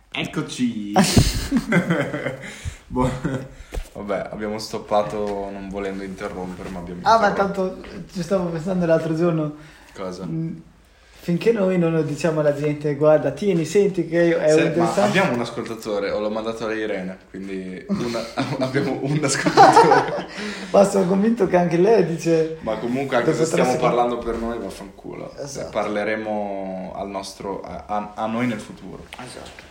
Eccoci. Vabbè, abbiamo stoppato non volendo interrompere, ma abbiamo ma interrotto. tanto ci stavo pensando l'altro giorno. Cosa? Finché noi non lo diciamo alla gente, guarda, tieni, senti che è Ma interessante. abbiamo un ascoltatore, o l'ho mandato a Irene, quindi abbiamo un ascoltatore. Ma sono convinto che anche lei dice. Ma comunque anche se Dopo 3 stiamo secondi. parlando per noi, vaffanculo. Esatto. Parleremo al nostro, a noi nel futuro. Esatto.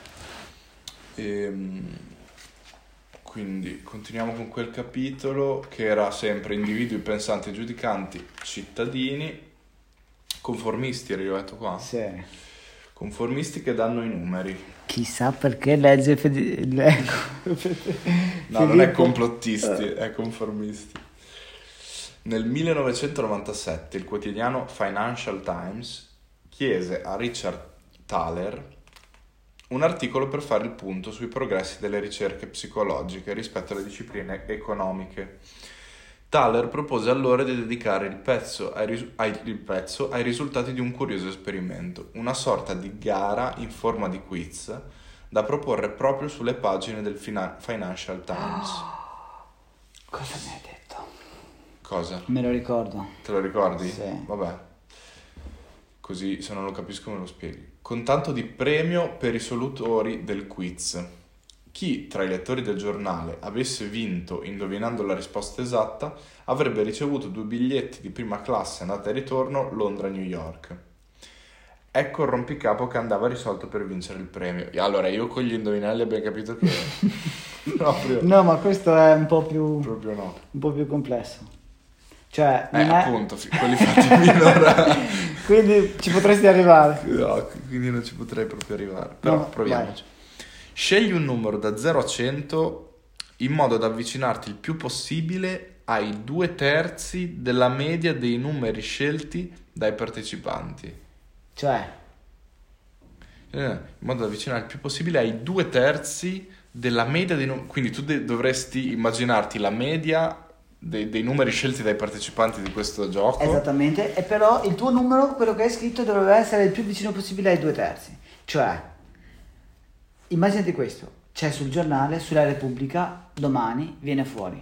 Quindi continuiamo con quel capitolo che era sempre individui pensanti e giudicanti, cittadini, conformisti, eri arrivato qua? Sì. Conformisti che danno i numeri. Chissà perché legge No, non è complottisti, è conformisti. Nel 1997 il quotidiano Financial Times chiese a Richard Thaler un articolo per fare il punto sui progressi delle ricerche psicologiche rispetto alle discipline economiche. Thaler propose allora di dedicare il pezzo ai risultati di un curioso esperimento, una sorta di gara in forma di quiz da proporre proprio sulle pagine del Financial Times. Cosa mi hai detto? Cosa? Me lo ricordo. Te lo ricordi? Sì. Vabbè. Così se non lo capisco me lo spieghi. Con tanto di premio per i solutori del quiz. Chi tra i lettori del giornale avesse vinto indovinando la risposta esatta avrebbe ricevuto 2 biglietti di prima classe andata e ritorno Londra-New York. Ecco il rompicapo che andava risolto per vincere il premio. Allora io con gli indovinelli abbiamo capito che proprio No, ma questo è un po' più proprio no. un po' più complesso. Cioè, non è... Appunto, quelli fatti finora. Quindi ci potresti arrivare. No, quindi non ci potrei proprio arrivare. Però No, proviamoci. Scegli un numero da 0 a 100 in modo da avvicinarti il più possibile ai 2/3 della media dei numeri scelti dai partecipanti. Cioè, In modo da avvicinare il più possibile ai 2/3 della media dei numeri. Quindi tu dovresti immaginarti la media dei numeri scelti dai partecipanti di questo gioco. esattamente, e però il tuo numero, quello che hai scritto, dovrebbe essere il più vicino possibile ai 2/3. Cioè, immaginati questo, c'è sul giornale, sulla Repubblica, domani viene fuori.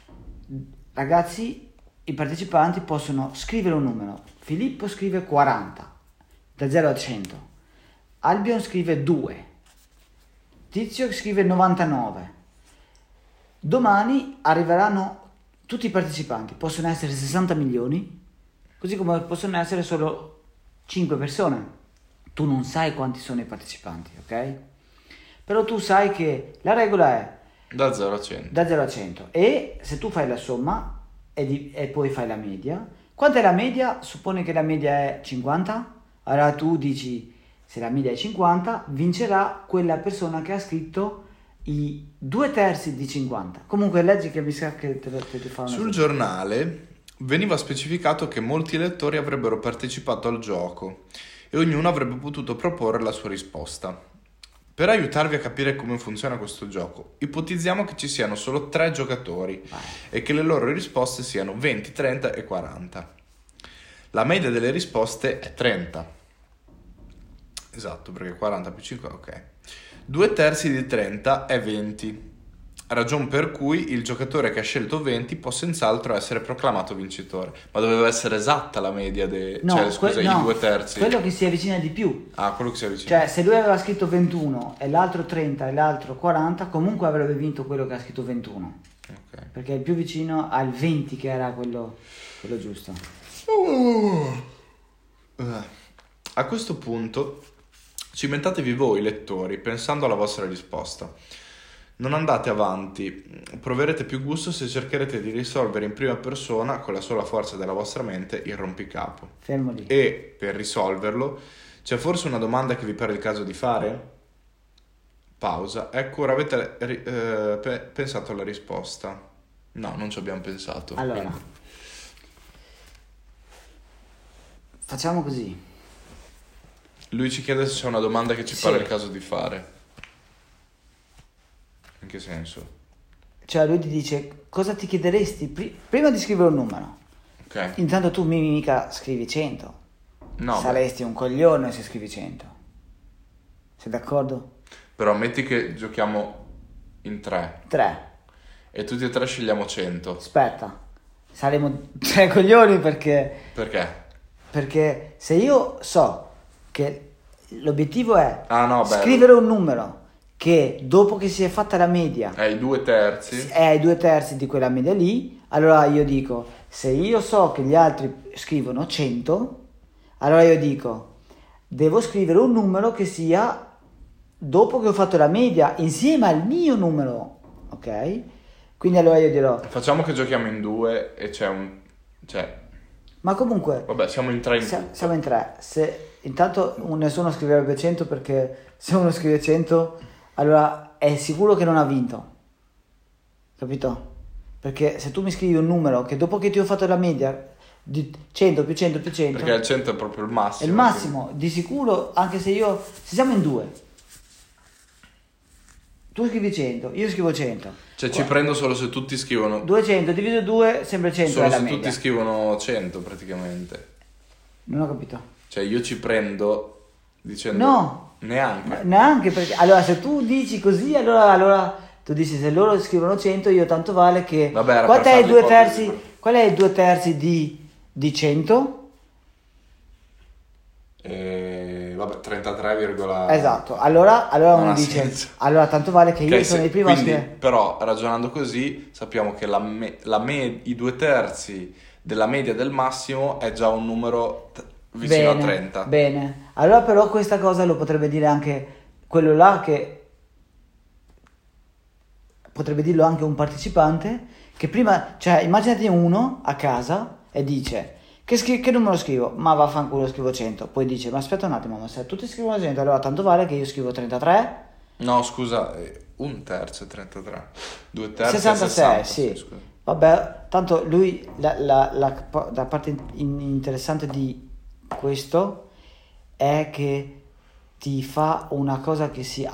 Ragazzi, i partecipanti possono scrivere un numero. Filippo scrive 40, da 0 a 100. Albion scrive 2. Tizio scrive 99. Domani arriveranno tutti i partecipanti, possono essere 60 milioni, così come possono essere solo 5 persone. Tu non sai quanti sono i partecipanti, ok? Però tu sai che la regola è Da 0 a 100. da 0 a 100 e se tu fai la somma e poi fai la media, quanta è la media? Supponi che la media è 50, allora tu dici se la media è 50 vincerà quella persona che ha scritto i 2/3 di 50. Comunque leggi che mi sa che te fa una Sul giornale veniva specificato che molti lettori avrebbero partecipato al gioco e ognuno avrebbe potuto proporre la sua risposta. Per aiutarvi a capire come funziona questo gioco, ipotizziamo che ci siano solo 3 giocatori e che le loro risposte siano 20, 30 e 40. La media delle risposte è 30. Esatto, perché 40 più 5, ok. 2/3 di 30 è 20, ragion per cui il giocatore che ha scelto 20 può senz'altro essere proclamato vincitore. Ma doveva essere esatta la media i 2/3. Quello che si avvicina di più. Ah, quello che si avvicina. Cioè, se lui aveva scritto 21 e l'altro 30 e l'altro 40, comunque avrebbe vinto quello che ha scritto 21. Ok. Perché è il più vicino al 20 che era quello giusto. A questo punto cimentatevi voi lettori pensando alla vostra risposta. Non andate avanti, proverete più gusto se cercherete di risolvere in prima persona, con la sola forza della vostra mente, il rompicapo. Fermo lì. E per risolverlo, c'è forse una domanda che vi pare il caso di fare? Pausa. Ecco, ora avete pensato alla risposta? No, non ci abbiamo pensato. Allora, quindi. facciamo così. Lui ci chiede se c'è una domanda che ci Sì. pare il caso di fare. In che senso? Cioè, lui ti dice cosa ti chiederesti prima di scrivere un numero. Ok. Intanto tu mica scrivi 100. No, Saresti un coglione se scrivi 100. Sei d'accordo? Però metti che giochiamo in 3 3. e tutti e tre scegliamo 100. Aspetta, saremo 3 coglioni perché Perché? se io so che l'obiettivo è Ah, no, bello. scrivere un numero che dopo che si è fatta la media È i 2/3. è ai 2/3 di quella media lì, allora io dico, se io so che gli altri scrivono 100, allora io dico, devo scrivere un numero che sia dopo che ho fatto la media insieme al mio numero, ok? Quindi allora io dirò, Facciamo che giochiamo in 2 e c'è ma comunque vabbè, siamo in 3 in tutto. siamo in 3, se intanto nessuno scriverebbe 100 perché se uno scrive 100 allora è sicuro che non ha vinto, capito? Perché se tu mi scrivi un numero che dopo che ti ho fatto la media di 100 più 100 più 100 Perché il 100 è proprio il è massimo. il massimo, di sicuro, anche se siamo in 2, tu scrivi 100, io scrivo 100, Cioè ci prendo solo se tutti scrivono 200 diviso 2 sempre 100 solo è la se media. tutti scrivono 100 praticamente. Non ho capito. Cioè io ci prendo dicendo No. neanche. Perché allora se tu dici così allora tu dici se loro scrivono 100 io tanto vale che Vabbè, era qual per è i farli 2/3 pochi. qual è i 2/3 di 100? Vabbè, 33, Esatto, allora Non uno ha dice senso. allora tanto vale che io Ok, sono il primo a quindi, scrivere. però ragionando così sappiamo che i 2/3 della media del massimo è già un numero vicino a 30. Bene, allora però questa cosa lo potrebbe dire anche quello là che potrebbe dirlo anche un partecipante che prima, cioè immaginati uno a casa e dice che numero scrivo? Ma vaffanculo scrivo 100, poi dice ma aspetta un attimo, ma se tutti scrivono 100 allora tanto vale che io scrivo 33. No, scusa, 1/3 è 33. 2/3 è 66, 60, sì. scusa. Vabbè, tanto lui, la parte interessante di questo è che ti fa una cosa che si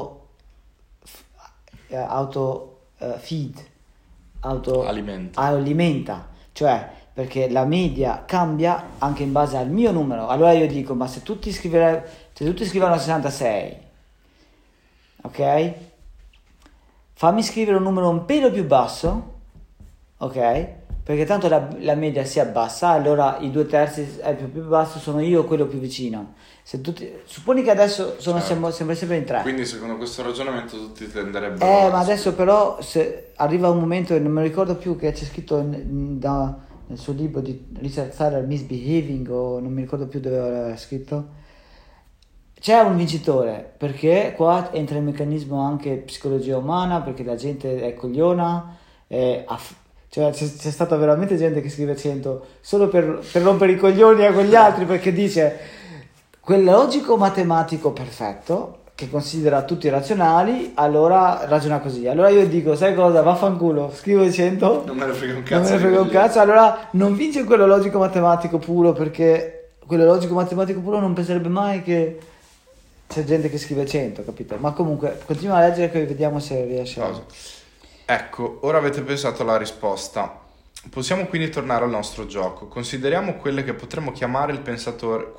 alimenta, cioè perché la media cambia anche in base al mio numero. Allora io dico, ma se tutti scrivono 66, ok? Fammi scrivere un numero un pelo più basso, ok? Perché tanto la media si abbassa, allora i 2/3 è più basso, sono io quello più vicino. Supponi che adesso siamo sempre in 3. Quindi secondo questo ragionamento tutti tenderebbero Ma adesso però se arriva un momento e non mi ricordo più che c'è scritto nel suo libro di Richard Thaler, Misbehaving, o non mi ricordo più dove aveva scritto, c'è un vincitore, perché qua entra il meccanismo anche psicologia umana, perché la gente è cogliona, cioè c'è stata veramente gente che scrive 100 solo per rompere i coglioni a quegli altri, perché dice quel logico matematico perfetto che considera tutti razionali, allora ragiona così. Allora io dico, sai cosa, vaffanculo, scrivo 100, non me ne frega un non me ne frega un cazzo, allora non vince quello logico matematico puro, perché quello logico matematico puro non penserebbe mai che c'è gente che scrive 100, capito? Ma comunque continua a leggere che vediamo se riesce a... Ecco, ora avete pensato alla risposta. Possiamo quindi tornare al nostro gioco. Consideriamo quello che potremmo chiamare il pensatore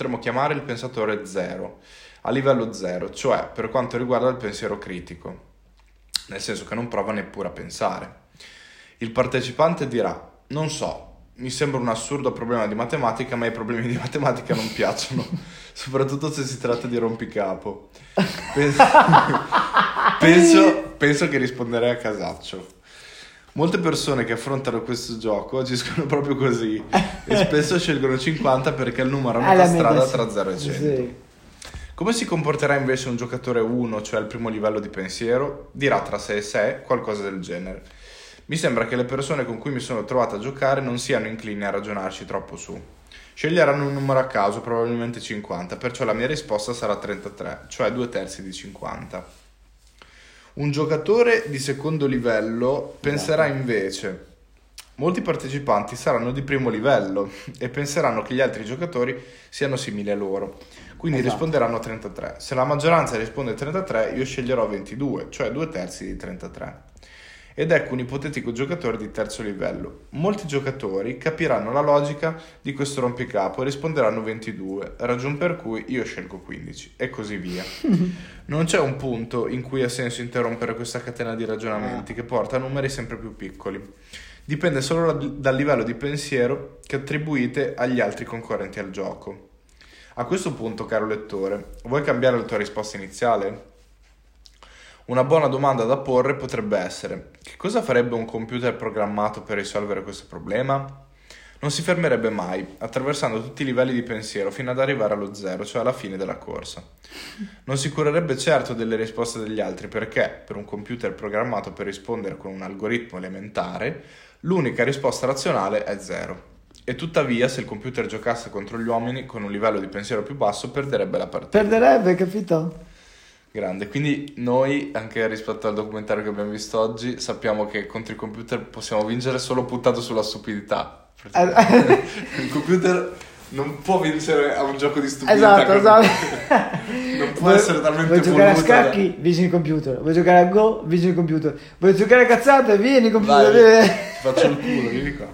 zero, a livello zero, cioè per quanto riguarda il pensiero critico, nel senso che non prova neppure a pensare. Il partecipante dirà, non so, mi sembra un assurdo problema di matematica, ma i problemi di matematica non piacciono, soprattutto se si tratta di rompicapo. Penso che risponderei a casaccio. Molte persone che affrontano questo gioco agiscono proprio così e spesso scelgono 50 perché è il numero a metà strada tra 0 e 100. Sì. Come si comporterà invece un giocatore 1, cioè il primo livello di pensiero? Dirà tra sé e sé qualcosa del genere. Mi sembra che le persone con cui mi sono trovato a giocare non siano inclini a ragionarci troppo su. Sceglieranno un numero a caso, probabilmente 50, perciò la mia risposta sarà 33, cioè 2/3 di 50. Un giocatore di secondo livello penserà invece: molti partecipanti saranno di primo livello e penseranno che gli altri giocatori siano simili a loro, quindi risponderanno 33. Se la maggioranza risponde 33, io sceglierò 22, cioè 2/3 di 33. ed ecco un ipotetico giocatore di terzo livello. Molti giocatori capiranno la logica di questo rompicapo e risponderanno 22, ragion per cui io scelgo 15 e così via. Non c'è un punto in cui ha senso interrompere questa catena di ragionamenti che porta a numeri sempre più piccoli. Dipende solo dal livello di pensiero che attribuite agli altri concorrenti al gioco. A questo punto, caro lettore, vuoi cambiare la tua risposta iniziale? Una buona domanda da porre potrebbe essere: che cosa farebbe un computer programmato per risolvere questo problema? Non si fermerebbe mai, attraversando tutti i livelli di pensiero fino ad arrivare allo zero, cioè alla fine della corsa. Non si curerebbe certo delle risposte degli altri perché, per un computer programmato per rispondere con un algoritmo elementare, l'unica risposta razionale è zero. E tuttavia, se il computer giocasse contro gli uomini con un livello di pensiero più basso, perderebbe la partita. Perderebbe, capito? Grande, quindi noi, anche rispetto al documentario che abbiamo visto oggi, sappiamo che contro i computer possiamo vincere solo puntato sulla stupidità. Il computer non può vincere a un gioco di stupidità. Esatto. Non può essere talmente vuoi giocare a evoluta scacchi? Vinci il computer. Vuoi giocare a Go? Vinci il computer. Vuoi giocare a cazzate? Vieni il computer. Vai, ti faccio il culo, vieni qua.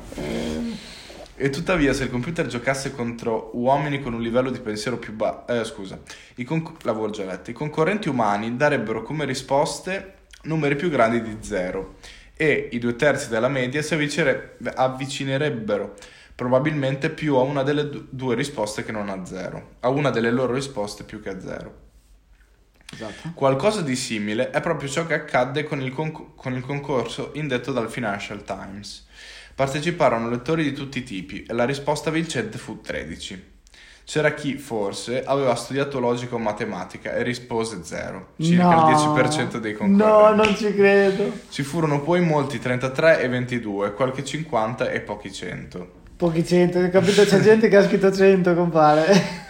E tuttavia, se il computer giocasse contro uomini con un livello di pensiero più basso, l'avevo già letto, i concorrenti umani darebbero come risposte numeri più grandi di 0 e i 2/3 della media si avvicinerebbero probabilmente più a una delle due risposte che non a 0, a una delle loro risposte più che a 0. Esatto. Qualcosa di simile è proprio ciò che accadde con il concorso indetto dal Financial Times. Parteciparono lettori di tutti i tipi e la risposta vincente fu 13. C'era chi, forse, aveva studiato logica o matematica e rispose 0, circa il 10% dei concorrenti. No, non ci credo. Ci furono poi molti 33 e 22, qualche 50 e pochi 100. Pochi 100, capito? C'è gente che ha scritto 100, compare.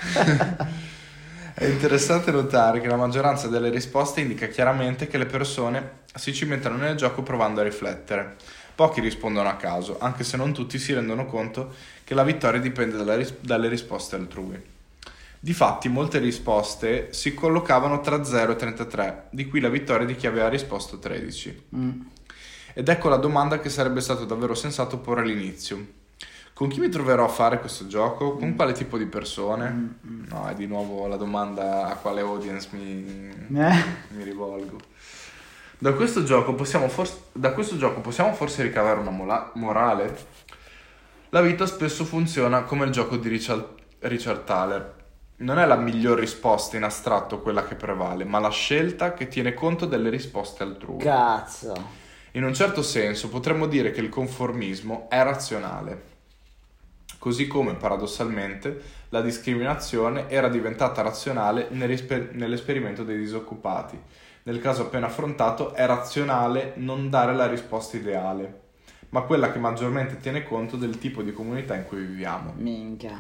È interessante notare che la maggioranza delle risposte indica chiaramente che le persone si cimentano nel gioco provando a riflettere. Pochi rispondono a caso, anche se non tutti si rendono conto che la vittoria dipende dalle risposte altrui. Difatti, molte risposte si collocavano tra 0 e 33, di cui la vittoria di chi aveva risposto 13. Ed ecco la domanda che sarebbe stato davvero sensato porre all'inizio. Con chi mi troverò a fare questo gioco? Con quale tipo di persone? No, è di nuovo la domanda a quale audience mi rivolgo. Da questo gioco possiamo forse ricavare una morale? La vita spesso funziona come il gioco di Richard Thaler. Non è la miglior risposta in astratto quella che prevale, ma la scelta che tiene conto delle risposte altrui. Cazzo. In un certo senso potremmo dire che il conformismo è razionale. Così come, paradossalmente, la discriminazione era diventata razionale nell'esperimento dei disoccupati. Nel caso appena affrontato è razionale non dare la risposta ideale, ma quella che maggiormente tiene conto del tipo di comunità in cui viviamo. Minchia.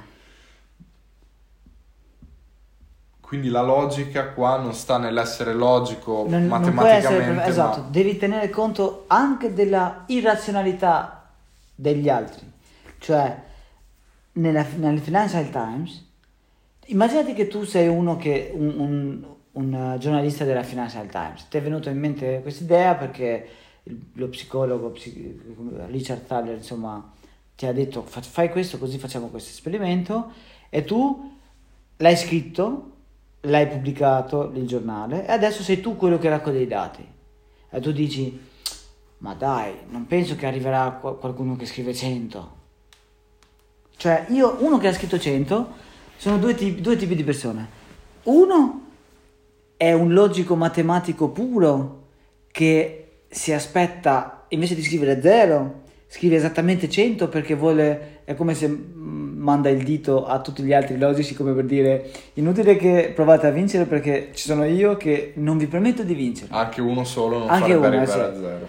Quindi la logica qua non sta nell'essere logico matematicamente. Non può essere, esatto, devi tenere conto anche della irrazionalità degli altri. Cioè, nel Financial Times, immaginati che tu sei uno che un giornalista della Financial Times, ti è venuto in mente questa idea perché lo psicologo Richard Thaler, insomma, ti ha detto fai questo così facciamo questo esperimento, e tu l'hai scritto, l'hai pubblicato nel giornale e adesso sei tu quello che raccoglie i dati e tu dici ma dai, non penso che arriverà qualcuno che scrive 100. Cioè uno che ha scritto 100 sono due tipi di persone. Uno è un logico matematico puro che si aspetta, invece di scrivere 0, scrive esattamente 100 perché vuole, è come se manda il dito a tutti gli altri logici come per dire inutile che provate a vincere perché ci sono io che non vi permetto di vincere. Anche uno solo non farebbe arrivare a 0.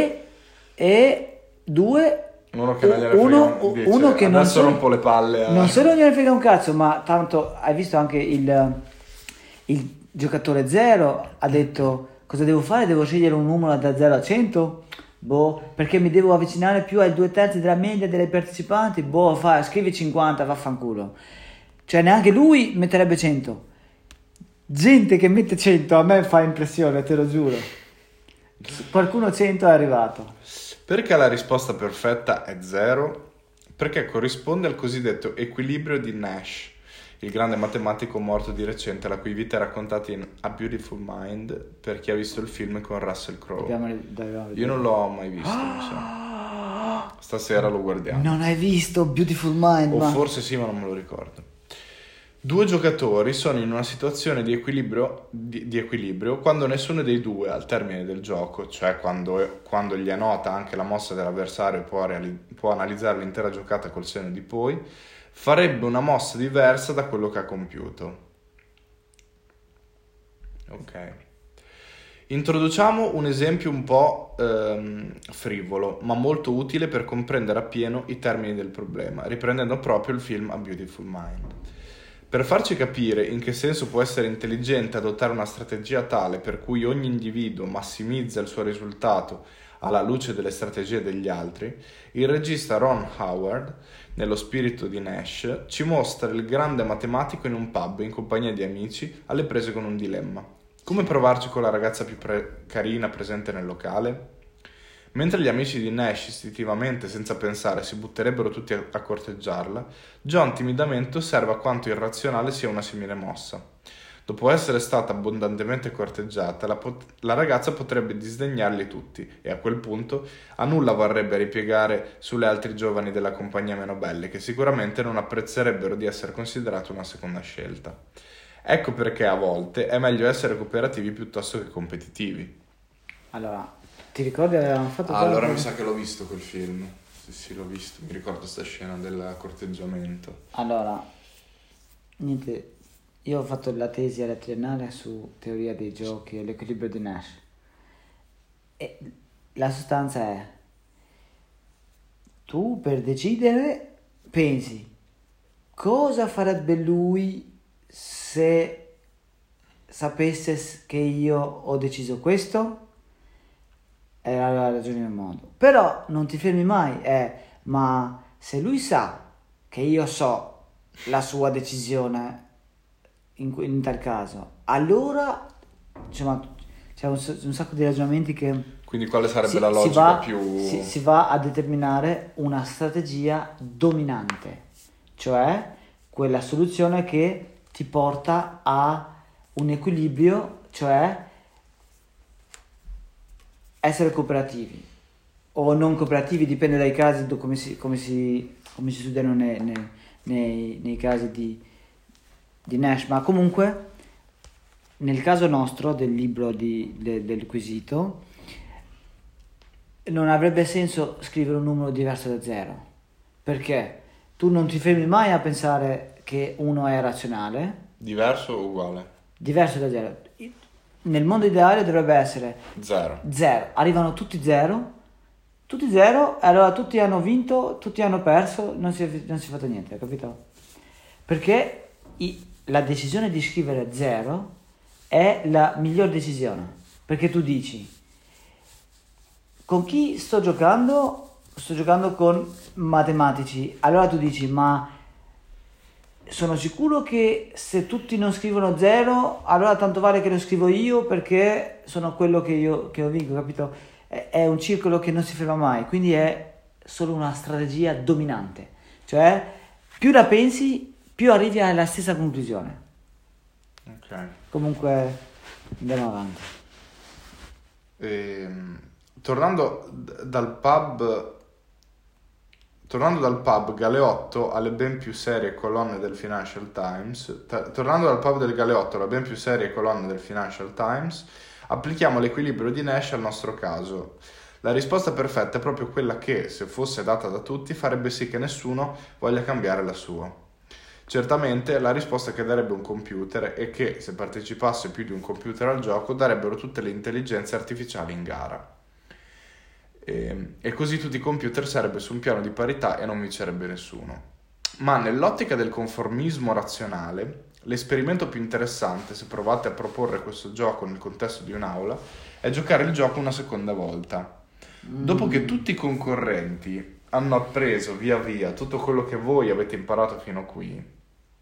E due, uno che non gliene frega uno che non adesso rompo le palle non solo non gliene frega un cazzo, ma tanto hai visto anche il giocatore 0 ha detto cosa devo fare? Devo scegliere un numero da 0 a 100? Perché mi devo avvicinare più ai 2/3 della media delle partecipanti? Scrivi 50, vaffanculo. Cioè neanche lui metterebbe 100. Gente che mette 100 a me fa impressione, te lo giuro. Qualcuno 100 è arrivato. Perché la risposta perfetta è 0? Perché corrisponde al cosiddetto equilibrio di Nash, il grande matematico morto di recente, la cui vita è raccontata in A Beautiful Mind, per chi ha visto il film con Russell Crowe. Io non l'ho mai visto, mi sa. Stasera lo guardiamo. Non hai visto Beautiful Mind? O forse sì, ma non me lo ricordo. Due giocatori sono in una situazione di equilibrio quando nessuno dei due, al termine del gioco, cioè quando gli è nota anche la mossa dell'avversario e può analizzare l'intera giocata col senno di poi, farebbe una mossa diversa da quello che ha compiuto. Ok. Introduciamo un esempio un po' frivolo, ma molto utile per comprendere appieno i termini del problema, riprendendo proprio il film A Beautiful Mind. Per farci capire in che senso può essere intelligente adottare una strategia tale per cui ogni individuo massimizza il suo risultato alla luce delle strategie degli altri, il regista Ron Howard, nello spirito di Nash, ci mostra il grande matematico in un pub in compagnia di amici alle prese con un dilemma. Come provarci con la ragazza più carina presente nel locale? Mentre gli amici di Nash istintivamente, senza pensare, si butterebbero tutti a corteggiarla, John timidamente osserva quanto irrazionale sia una simile mossa. Dopo essere stata abbondantemente corteggiata, la ragazza potrebbe disdegnarli tutti e a quel punto a nulla varrebbe ripiegare sulle altre giovani della compagnia meno belle, che sicuramente non apprezzerebbero di essere considerate una seconda scelta. Ecco perché a volte è meglio essere cooperativi piuttosto che competitivi. Allora, ti ricordi avevamo fatto... Allora mi sa che l'ho visto quel film. Sì, l'ho visto. Mi ricordo sta scena del corteggiamento. Allora, niente, io ho fatto la tesi alla triennale su teoria dei giochi e l'equilibrio di Nash. E la sostanza è, tu per decidere pensi cosa farebbe lui se sapesse che io ho deciso questo, e allora ragioni nel modo. Però non ti fermi mai, ma se lui sa che io so la sua decisione in tal caso, allora c'è un sacco di ragionamenti che... Quindi quale sarebbe la logica più... Si va a determinare una strategia dominante, cioè quella soluzione che ti porta a un equilibrio, cioè essere cooperativi o non cooperativi, dipende dai casi, come si studiano nei casi di Nash, ma comunque nel caso nostro del libro del quesito non avrebbe senso scrivere un numero diverso da 0, perché tu non ti fermi mai a pensare che uno è razionale. Diverso o uguale? Diverso da 0. Nel mondo ideale dovrebbe essere 0. Arrivano tutti 0, e allora tutti hanno vinto, tutti hanno perso, non si è fatto niente, capito? Perché la decisione di scrivere 0 è la miglior decisione, perché tu dici, con chi sto giocando? Sto giocando con matematici, allora tu dici, ma sono sicuro che se tutti non scrivono 0, allora tanto vale che lo scrivo io perché sono quello che ho vinto, capito? È un circolo che non si ferma mai, quindi è solo una strategia dominante, cioè più la pensi, più arrivi alla stessa conclusione. Ok. Comunque andiamo avanti. Tornando dal pub, Galeotto alle ben più serie colonne del Financial Times, applichiamo l'equilibrio di Nash al nostro caso. La risposta perfetta è proprio quella che, se fosse data da tutti, farebbe sì che nessuno voglia cambiare la sua. Certamente la risposta che darebbe un computer è che, se partecipasse più di un computer al gioco, darebbero tutte le intelligenze artificiali in gara. E così tutti i computer sarebbero su un piano di parità e non vincerebbe nessuno. Ma nell'ottica del conformismo razionale, l'esperimento più interessante, se provate a proporre questo gioco nel contesto di un'aula, è giocare il gioco una seconda volta. Dopo che tutti i concorrenti hanno appreso via via tutto quello che voi avete imparato fino a qui,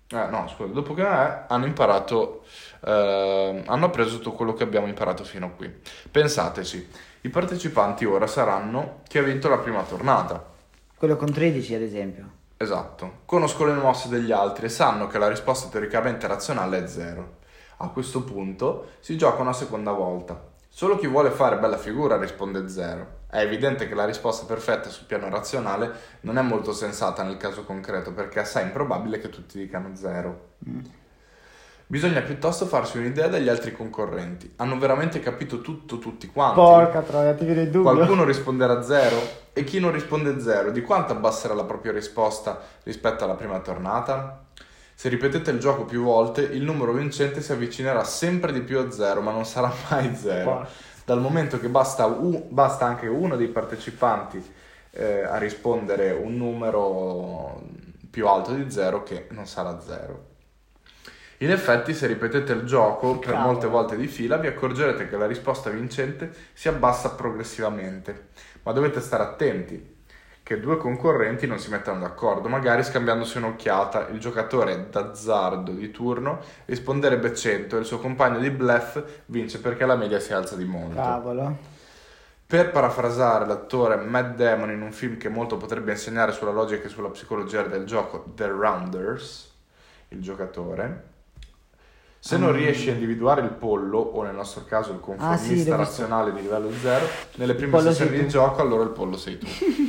No, scusa, dopo che hanno imparato, hanno appreso tutto quello che abbiamo imparato fino a qui. Pensateci, i partecipanti ora saranno chi ha vinto la prima tornata. Quello con 13 ad esempio. Esatto, conoscono le mosse degli altri e sanno che la risposta teoricamente razionale è 0. A questo punto si gioca una seconda volta. Solo chi vuole fare bella figura risponde 0. È evidente che la risposta perfetta sul piano razionale non è molto sensata nel caso concreto, perché è assai improbabile che tutti dicano 0. Bisogna piuttosto farsi un'idea degli altri concorrenti. Hanno veramente capito tutto tutti quanti? Porca troia, ti viene il dubbio. Qualcuno risponderà 0? E chi non risponde 0, di quanto abbasserà la propria risposta rispetto alla prima tornata? Se ripetete il gioco più volte, il numero vincente si avvicinerà sempre di più a 0, ma non sarà mai 0. Dal momento che basta anche uno dei partecipanti a rispondere un numero più alto di 0 che non sarà 0. In effetti, se ripetete il gioco per molte volte di fila, vi accorgerete che la risposta vincente si abbassa progressivamente, ma dovete stare attenti che due concorrenti non si mettano d'accordo, magari scambiandosi un'occhiata. Il giocatore d'azzardo di turno risponderebbe 100 e il suo compagno di bluff vince perché la media si alza di molto. Cavolo. Per parafrasare l'attore Matt Damon in un film che molto potrebbe insegnare sulla logica e sulla psicologia del gioco, The Rounders, il giocatore, se non riesci a individuare il pollo, o nel nostro caso il conformista razionale di livello 0, nelle prime sessioni di gioco, allora il pollo sei tu.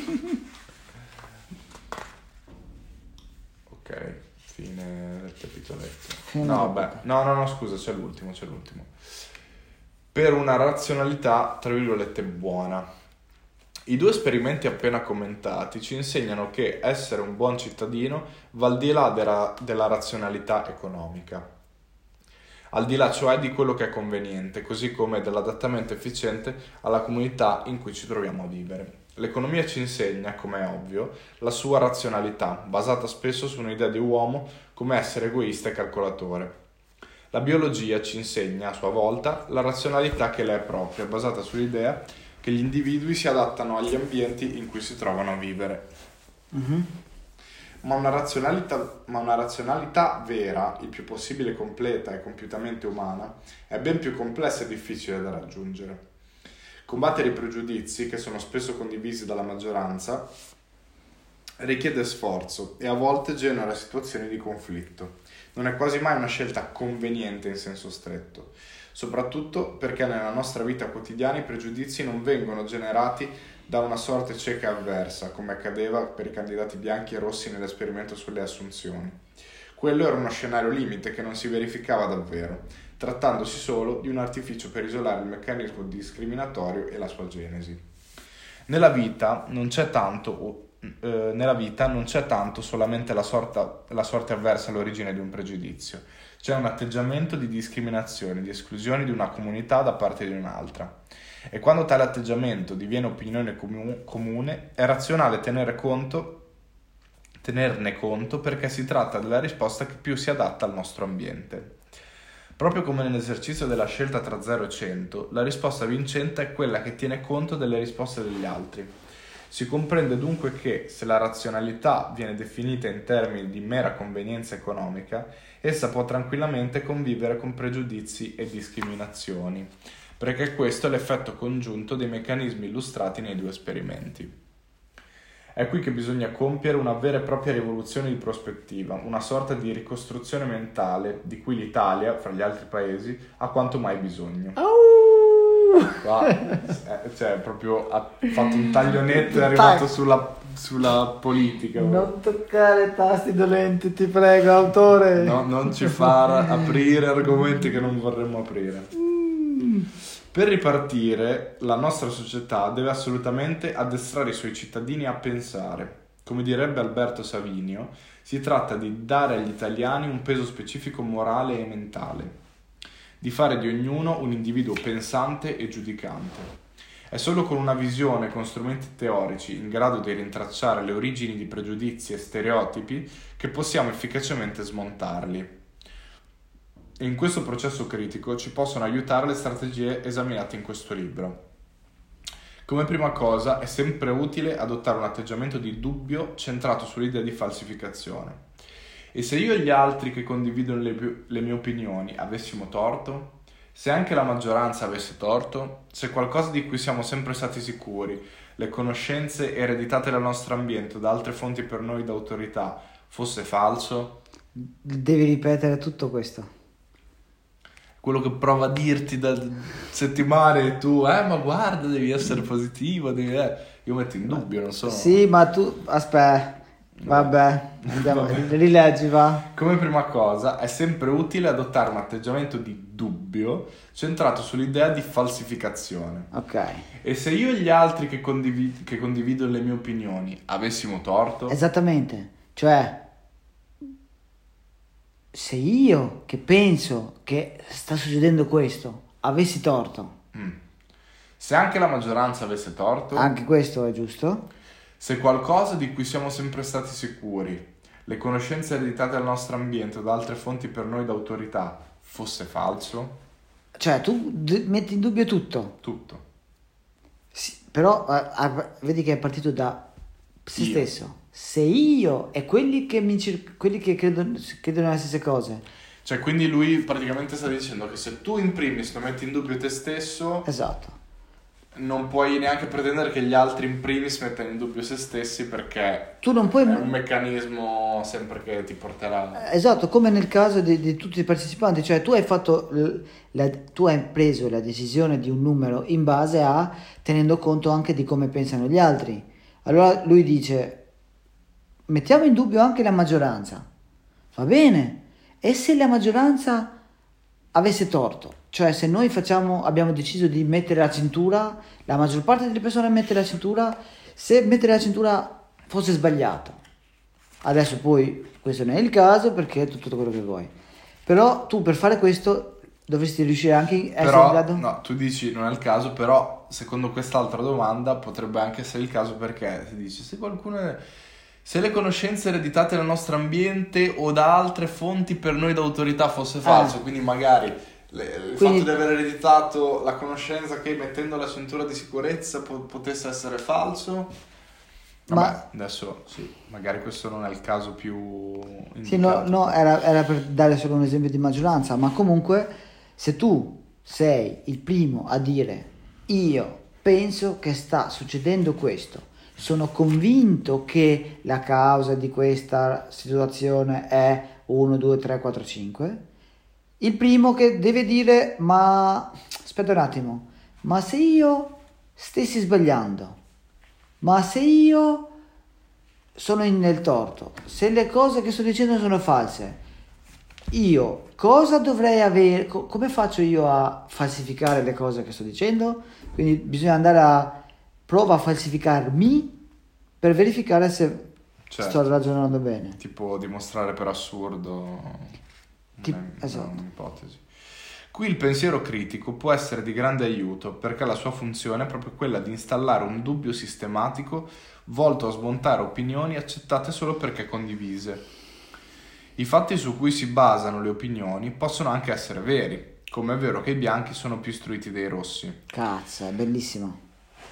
Ok, fine del capitoletto. No, scusa, c'è l'ultimo. Per una razionalità, tra virgolette, buona. I due esperimenti appena commentati ci insegnano che essere un buon cittadino va al di là della razionalità economica. Al di là cioè di quello che è conveniente, così come dell'adattamento efficiente alla comunità in cui ci troviamo a vivere. L'economia ci insegna, come è ovvio, la sua razionalità, basata spesso su un'idea di uomo come essere egoista e calcolatore. La biologia ci insegna, a sua volta, la razionalità che le è propria, basata sull'idea che gli individui si adattano agli ambienti in cui si trovano a vivere. Ma una razionalità vera, il più possibile completa e compiutamente umana, è ben più complessa e difficile da raggiungere. Combattere i pregiudizi, che sono spesso condivisi dalla maggioranza, richiede sforzo e a volte genera situazioni di conflitto. Non è quasi mai una scelta conveniente in senso stretto, soprattutto perché nella nostra vita quotidiana i pregiudizi non vengono generati da una sorte cieca e avversa, come accadeva per i candidati bianchi e rossi nell'esperimento sulle assunzioni. Quello era uno scenario limite che non si verificava davvero, trattandosi solo di un artificio per isolare il meccanismo discriminatorio e la sua genesi. Nella vita non c'è tanto solamente la sorte avversa all'origine di un pregiudizio. C'è un atteggiamento di discriminazione, di esclusione di una comunità da parte di un'altra. E quando tale atteggiamento diviene opinione comune, è razionale tenerne conto perché si tratta della risposta che più si adatta al nostro ambiente. Proprio come nell'esercizio della scelta tra 0 e 100, la risposta vincente è quella che tiene conto delle risposte degli altri. Si comprende dunque che, se la razionalità viene definita in termini di mera convenienza economica, essa può tranquillamente convivere con pregiudizi e discriminazioni, perché questo è l'effetto congiunto dei meccanismi illustrati nei due esperimenti. È qui che bisogna compiere una vera e propria rivoluzione di prospettiva, una sorta di ricostruzione mentale di cui l'Italia, fra gli altri paesi, ha quanto mai bisogno. Proprio ha fatto un taglio netto e è arrivato sulla politica. Non toccare tasti dolenti, ti prego, autore. No, non ci far aprire argomenti che non vorremmo aprire. Per ripartire, la nostra società deve assolutamente addestrare i suoi cittadini a pensare. Come direbbe Alberto Savinio, si tratta di dare agli italiani un peso specifico morale e mentale, di fare di ognuno un individuo pensante e giudicante. È solo con una visione, con strumenti teorici, in grado di rintracciare le origini di pregiudizi e stereotipi, che possiamo efficacemente smontarli. E in questo processo critico ci possono aiutare le strategie esaminate in questo libro. Come prima cosa, è sempre utile adottare un atteggiamento di dubbio centrato sull'idea di falsificazione. E se io e gli altri che condividono le mie opinioni avessimo torto? Se anche la maggioranza avesse torto? Se qualcosa di cui siamo sempre stati sicuri, le conoscenze ereditate dal nostro ambiente o da altre fonti per noi d'autorità, fosse falso? Devi ripetere tutto questo. Quello che prova a dirti da settimane tu, ma guarda, devi essere positivo, io metto in dubbio, non so. Sì, ma tu, aspetta, vabbè, andiamo, rileggi, va. Come prima cosa, è sempre utile adottare un atteggiamento di dubbio centrato sull'idea di falsificazione. Ok. E se io e gli altri che condividono le mie opinioni avessimo torto? Esattamente, cioè, se io che penso che sta succedendo questo avessi torto, Se anche la maggioranza avesse torto? anche questo è giusto. Se qualcosa di cui siamo sempre stati sicuri, le conoscenze ereditate dal nostro ambiente o da altre fonti per noi d'autorità, fosse falso? Cioè, tu metti in dubbio tutto. Tutto. Sì, però vedi che è partito da se Io. stesso. Se io e quelli che credono le stesse cose. Cioè, quindi lui praticamente sta dicendo che se tu in primis non metti in dubbio te stesso, Esatto. non puoi neanche pretendere che gli altri in primis mettano in dubbio se stessi, perché Tu non puoi... è un meccanismo sempre che ti porterà... Esatto, come nel caso di tutti i partecipanti, cioè tu hai fatto tu hai preso la decisione di un numero in base a tenendo conto anche di come pensano gli altri. Allora lui dice mettiamo in dubbio anche la maggioranza. Va bene. E se la maggioranza avesse torto? Cioè se noi abbiamo deciso di mettere la cintura, la maggior parte delle persone mette la cintura, se mettere la cintura fosse sbagliato. Adesso poi questo non è il caso perché è tutto quello che vuoi. Però tu per fare questo dovresti riuscire anche a essere in grado... No, tu dici non è il caso, però secondo quest'altra domanda potrebbe anche essere il caso, perché si dice se le conoscenze ereditate dal nostro ambiente o da altre fonti per noi d'autorità fosse falso, quindi magari il fatto di aver ereditato la conoscenza che mettendo la cintura di sicurezza potesse essere falso. Vabbè, adesso sì, magari questo non è il caso più indicato. Sì, no, era per dare solo un esempio di maggioranza, ma comunque se tu sei il primo a dire io penso che sta succedendo questo, sono convinto che la causa di questa situazione è 1, 2, 3, 4, 5, il primo che deve dire ma aspetta un attimo, ma se io stessi sbagliando, ma se io sono nel torto, se le cose che sto dicendo sono false, io cosa dovrei avere, come faccio io a falsificare le cose che sto dicendo? Quindi bisogna andare prova a falsificarmi per verificare se sto ragionando bene. Tipo dimostrare per assurdo esatto. un'ipotesi. Qui il pensiero critico può essere di grande aiuto perché la sua funzione è proprio quella di installare un dubbio sistematico volto a smontare opinioni accettate solo perché condivise. I fatti su cui si basano le opinioni possono anche essere veri, come è vero che i bianchi sono più istruiti dei rossi. Cazzo, è bellissimo.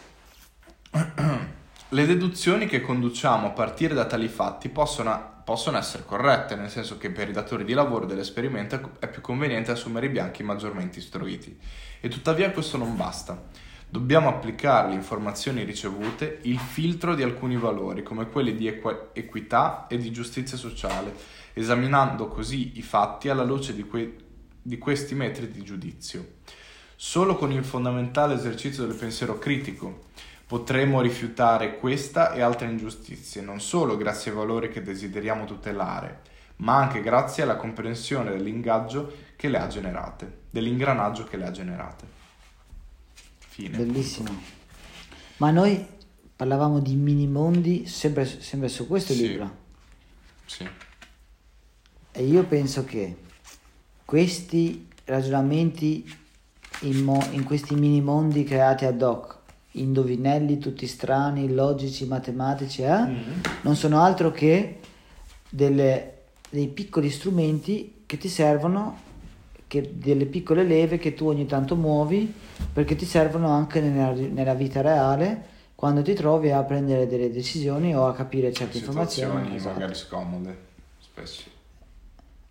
Le deduzioni che conduciamo a partire da tali fatti possono essere corrette, nel senso che per i datori di lavoro dell'esperimento è più conveniente assumere i bianchi maggiormente istruiti. E tuttavia questo non basta. Dobbiamo applicare alle informazioni ricevute il filtro di alcuni valori, come quelli di equità e di giustizia sociale, esaminando così i fatti alla luce di questi metri di giudizio. Solo con il fondamentale esercizio del pensiero critico potremo rifiutare questa e altre ingiustizie, non solo grazie ai valori che desideriamo tutelare, ma anche grazie alla comprensione dell'ingranaggio che le ha generate. Fine. Bellissimo. Ma noi parlavamo di mini mondi sempre su questo libro. Sì. E io penso che questi ragionamenti in questi mini mondi creati ad hoc, indovinelli tutti strani, logici, matematici, non sono altro che dei piccoli strumenti che ti servono, delle piccole leve che tu ogni tanto muovi, perché ti servono anche nella vita reale, quando ti trovi a prendere delle decisioni o a capire certe informazioni. Magari scomode, spesso.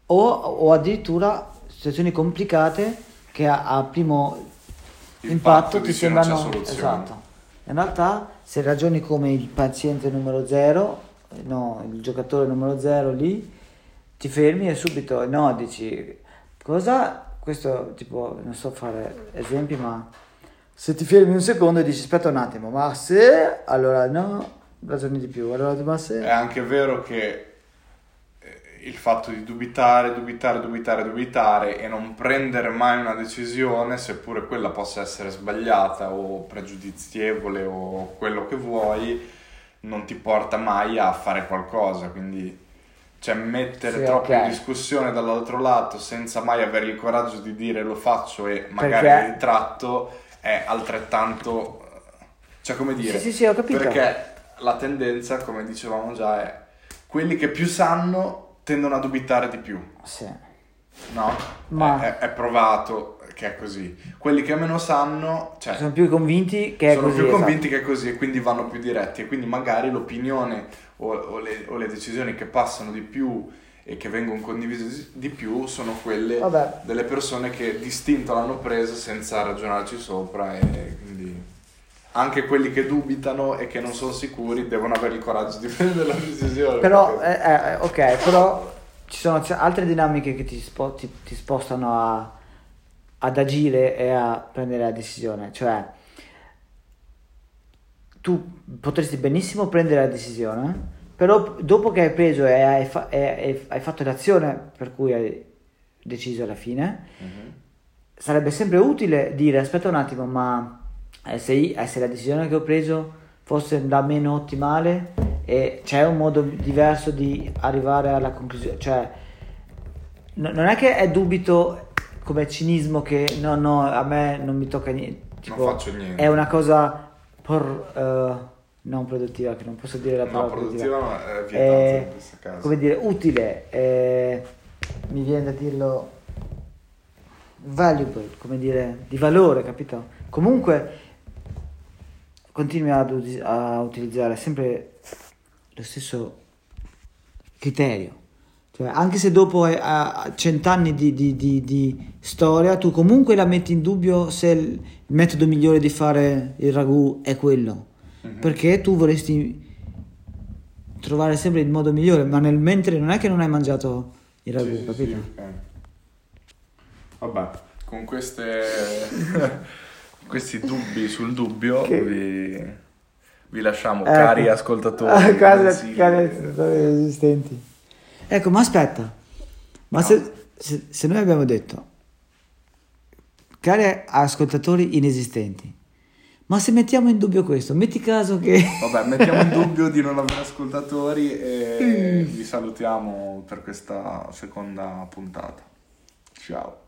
o addirittura situazioni complicate che a primo impatto ti dici non c'è sembrano soluzione. esatto. In realtà, se ragioni come il paziente numero 0, no, il giocatore numero 0 lì, ti fermi e subito no, dici cosa, questo tipo non so fare esempi, ma se ti fermi un secondo e dici aspetta un attimo, ma se allora no, ragioni di più, allora ma se È anche vero che il fatto di dubitare e non prendere mai una decisione, seppure quella possa essere sbagliata o pregiudizievole o quello che vuoi, non ti porta mai a fare qualcosa. Quindi, cioè, mettere Sì, troppo ok. in discussione dall'altro lato senza mai avere il coraggio di dire lo faccio e magari Perché- mi ritratto è altrettanto, cioè, come dire, sì, ho capito. perché la tendenza, come dicevamo già, è quelli che più sanno tendono a dubitare di più, sì. no? Ma- È provato che è così. Quelli che meno sanno, cioè, sono più convinti che è sono così, più esatto. convinti che è così e quindi vanno più diretti e quindi magari l'opinione o le decisioni che passano di più e che vengono condivise di più sono quelle Vabbè. delle persone che d'istinto l'hanno presa senza ragionarci sopra, e quindi anche quelli che dubitano e che non sono sicuri devono avere il coraggio di prendere la decisione. Però, perché- ok, però ci sono altre dinamiche che ti spostano ad agire e a prendere la decisione. Cioè, tu potresti benissimo prendere la decisione, però dopo che hai preso e hai fatto l'azione per cui hai deciso alla fine, Mhm. sarebbe sempre utile dire aspetta un attimo, ma se la decisione che ho preso fosse da meno ottimale e c'è un modo diverso di arrivare alla conclusione, cioè non è che è dubito come cinismo che no a me non mi tocca niente, tipo, Non faccio niente. è una cosa non produttiva, che non posso dire la No, parola produttiva no, è vietata Eh, in questo caso. come dire, utile, mi viene da dirlo valuable, come dire, di valore, capito? Comunque continui a utilizzare sempre lo stesso criterio, cioè anche se dopo a 100 anni di storia tu comunque la metti in dubbio se il metodo migliore di fare il ragù è quello, perché tu vorresti trovare sempre il modo migliore, ma nel mentre non è che non hai mangiato il ragù, Sì, capito? ok. Vabbè, con questi dubbi sul dubbio vi lasciamo, Ecco. cari ascoltatori. consigli. Cari ascoltatori esistenti. Ecco, ma aspetta, ma No. se noi abbiamo detto, cari ascoltatori inesistenti, ma se mettiamo in dubbio questo, metti caso che... Vabbè, mettiamo in dubbio di non avere ascoltatori e vi salutiamo per questa seconda puntata. Ciao.